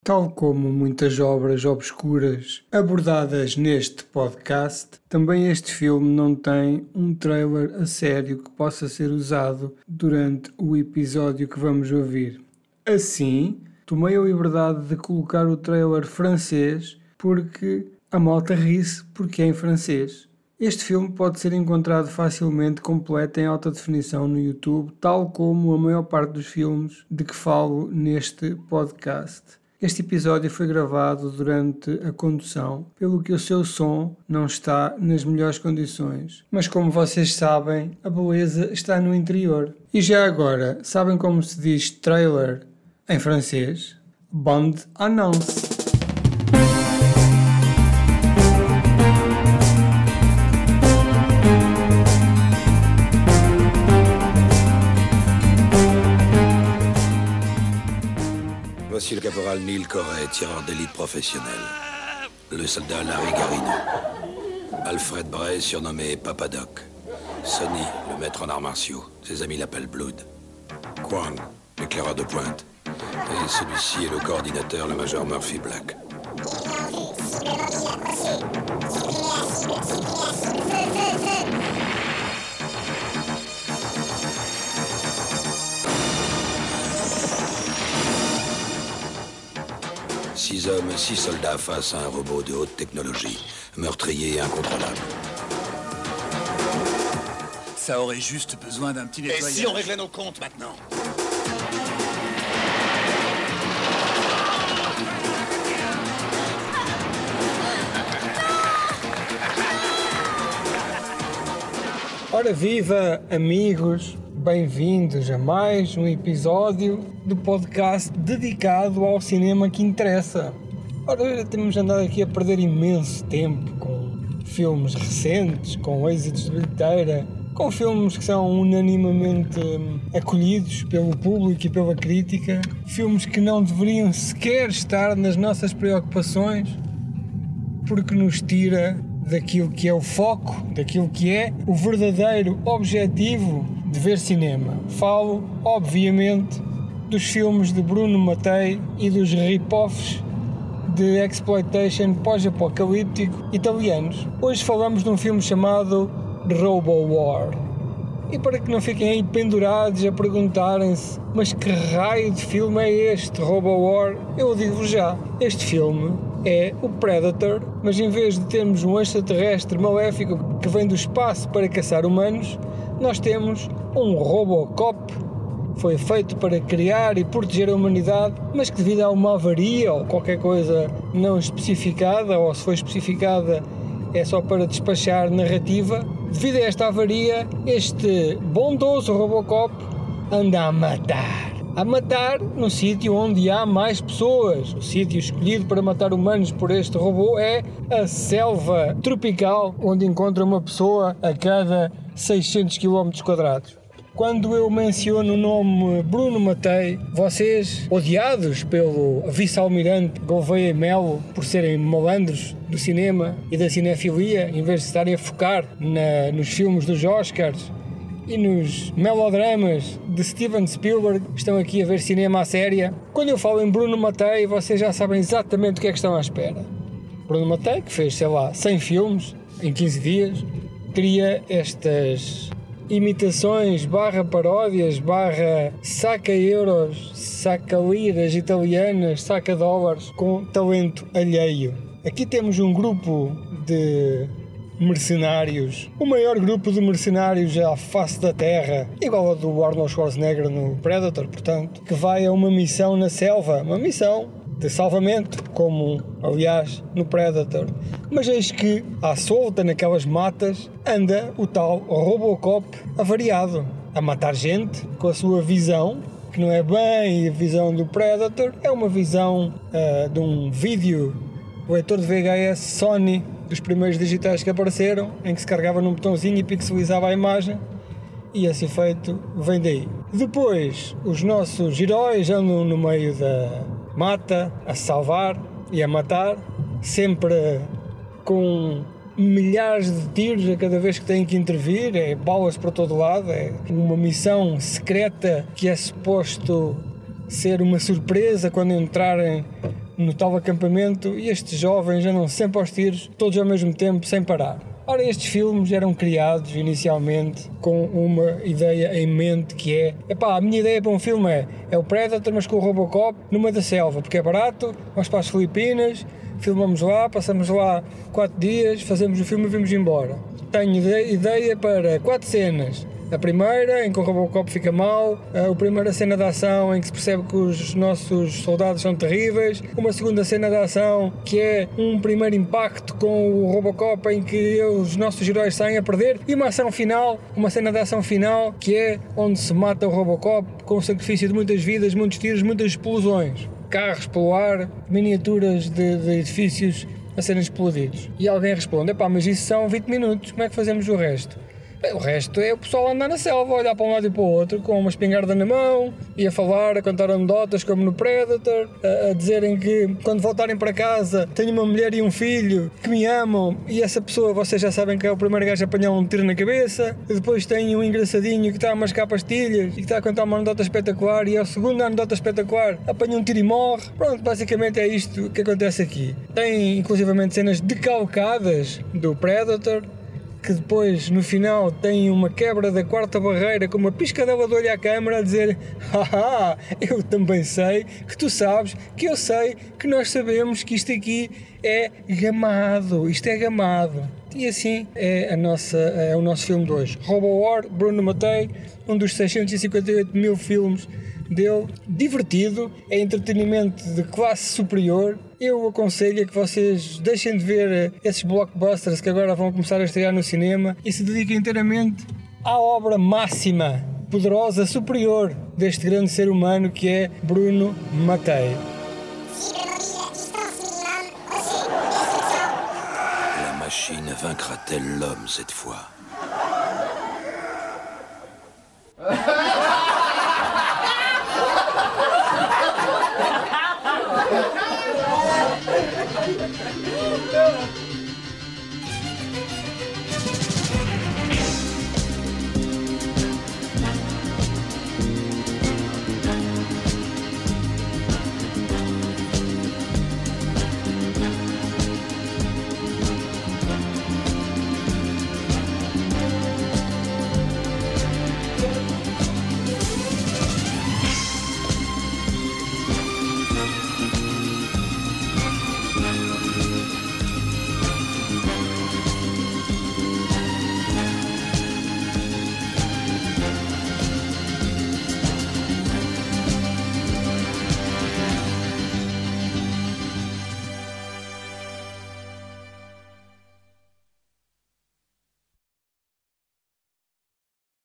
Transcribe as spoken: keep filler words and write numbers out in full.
Tal como muitas obras obscuras abordadas neste podcast, também este filme não tem um trailer a sério que possa ser usado durante o episódio que vamos ouvir. Assim, tomei a liberdade de colocar o trailer francês porque a malta ri-se porque é em francês. Este filme pode ser encontrado facilmente completo em alta definição no YouTube, tal como a maior parte dos filmes de que falo neste podcast. Este episódio foi gravado durante a condução, pelo que o seu som não está nas melhores condições. Mas como vocês sabem, a beleza está no interior. E já agora, sabem como se diz trailer em francês? Bande annonce. Voici le caporal Neil Corey, tireur d'élite professionnel. Le soldat Larry Garino. Alfred Bray, surnommé Papa Doc. Sonny, le maître en arts martiaux. Ses amis l'appellent Blood. Kwang, l'éclaireur de pointe. Et celui-ci est le coordinateur, le major Murphy Black. Six hommes, six soldats face à un robot de haute technologie, meurtrier et incontrôlable. Ça aurait juste besoin d'un petit nettoyage. Et si on réglait nos comptes maintenant ? Ora viva, amigos! Bem-vindos a mais um episódio do podcast dedicado ao cinema que interessa. Ora, temos andado aqui a perder imenso tempo com filmes recentes, com êxitos de bilheteira, com filmes que são unanimamente acolhidos pelo público e pela crítica, filmes que não deveriam sequer estar nas nossas preocupações, porque nos tira daquilo que é o foco, daquilo que é o verdadeiro objetivo de ver cinema. Falo, obviamente, dos filmes de Bruno Mattei e dos rip-offs de exploitation pós-apocalíptico italianos. Hoje falamos de um filme chamado Robo War. E para que não fiquem aí pendurados a perguntarem-se, mas que raio de filme é este, Robo War? Eu digo já, este filme é o Predator, mas em vez de termos um extraterrestre maléfico que vem do espaço para caçar humanos, nós temos um Robocop. Foi feito para criar e proteger a humanidade, mas que devido a uma avaria ou qualquer coisa não especificada, ou se foi especificada é só para despachar narrativa, devido a esta avaria, este bondoso Robocop anda a matar. A matar no sítio onde há mais pessoas. O sítio escolhido para matar humanos por este robô é a selva tropical, onde encontra uma pessoa a cada seiscentos quilómetros quadrados. Quando eu menciono o nome Bruno Mattei, vocês, odiados pelo vice-almirante Gouveia e Melo por serem malandros do cinema e da cinefilia, em vez de estarem a focar na, nos filmes dos Oscars e nos melodramas de Steven Spielberg, estão aqui a ver cinema à séria. Quando eu falo em Bruno Mattei, vocês já sabem exatamente o que é que estão à espera. Bruno Mattei, que fez, sei lá, cem filmes em quinze dias, cria estas imitações, barra paródias, barra saca euros, saca liras italianas, saca dólares, com talento alheio. Aqui temos um grupo de mercenários, o maior grupo de mercenários à face da terra, igual ao do Arnold Schwarzenegger no Predator, portanto, que vai a uma missão na selva, uma missão de salvamento, como aliás no Predator. Mas eis que, à solta naquelas matas, anda o tal Robocop avariado, a matar gente com a sua visão, que não é bem a visão do Predator, é uma visão uh, de um vídeo, leitor de V H S Sony, dos primeiros digitais que apareceram, em que se carregava num botãozinho e pixelizava a imagem, e esse efeito vem daí. Depois, os nossos heróis andam no meio da mata, a salvar e a matar, sempre com milhares de tiros a cada vez que têm que intervir, é balas para todo lado, é uma missão secreta que é suposto ser uma surpresa quando entrarem no tal acampamento e estes jovens andam sempre aos tiros, todos ao mesmo tempo, sem parar. Ora, estes filmes eram criados inicialmente com uma ideia em mente que é, epá, a minha ideia para um filme é, é o Predator mas com o Robocop numa da selva, porque é barato, vamos para as Filipinas, filmamos lá, passamos lá quatro dias, fazemos o filme e vamos embora. Tenho ideia para quatro cenas. A primeira, em que o Robocop fica mal, a primeira cena de ação em que se percebe que os nossos soldados são terríveis, uma segunda cena de ação que é um primeiro impacto com o Robocop em que os nossos heróis saem a perder, e uma ação final, uma cena de ação final que é onde se mata o Robocop com o sacrifício de muitas vidas, muitos tiros, muitas explosões, carros pelo ar, miniaturas de, de edifícios a serem explodidos. E alguém responde, epá, mas isso são vinte minutos, como é que fazemos o resto? Bem, o resto é o pessoal andar na selva, olhar para um lado e para o outro, com uma espingarda na mão, e a falar, a contar anedotas como no Predator, a, a dizerem que quando voltarem para casa tenho uma mulher e um filho que me amam, e essa pessoa vocês já sabem que é o primeiro gajo a apanhar um tiro na cabeça, e depois tem um engraçadinho que está a mascar pastilhas e que está a contar uma anedota espetacular, e é o segundo anedota espetacular, apanha um tiro e morre. Pronto, basicamente é isto que acontece aqui. Tem inclusivamente cenas decalcadas do Predator, que depois, no final, tem uma quebra da quarta barreira com uma piscadela de olho à câmara a dizer haha, eu também sei que tu sabes, que eu sei, que nós sabemos que isto aqui é gamado, isto é gamado. E assim é, a nossa, é o nosso filme de hoje. RoboWar, Bruno Mattei, um dos seiscentos e cinquenta e oito mil filmes dele, divertido, é entretenimento de classe superior. Eu aconselho a que vocês deixem de ver esses blockbusters que agora vão começar a estrear no cinema e se dediquem inteiramente à obra máxima, poderosa, superior deste grande ser humano que é Bruno Mattei. La machine vaincra-t-elle l'homme cette fois?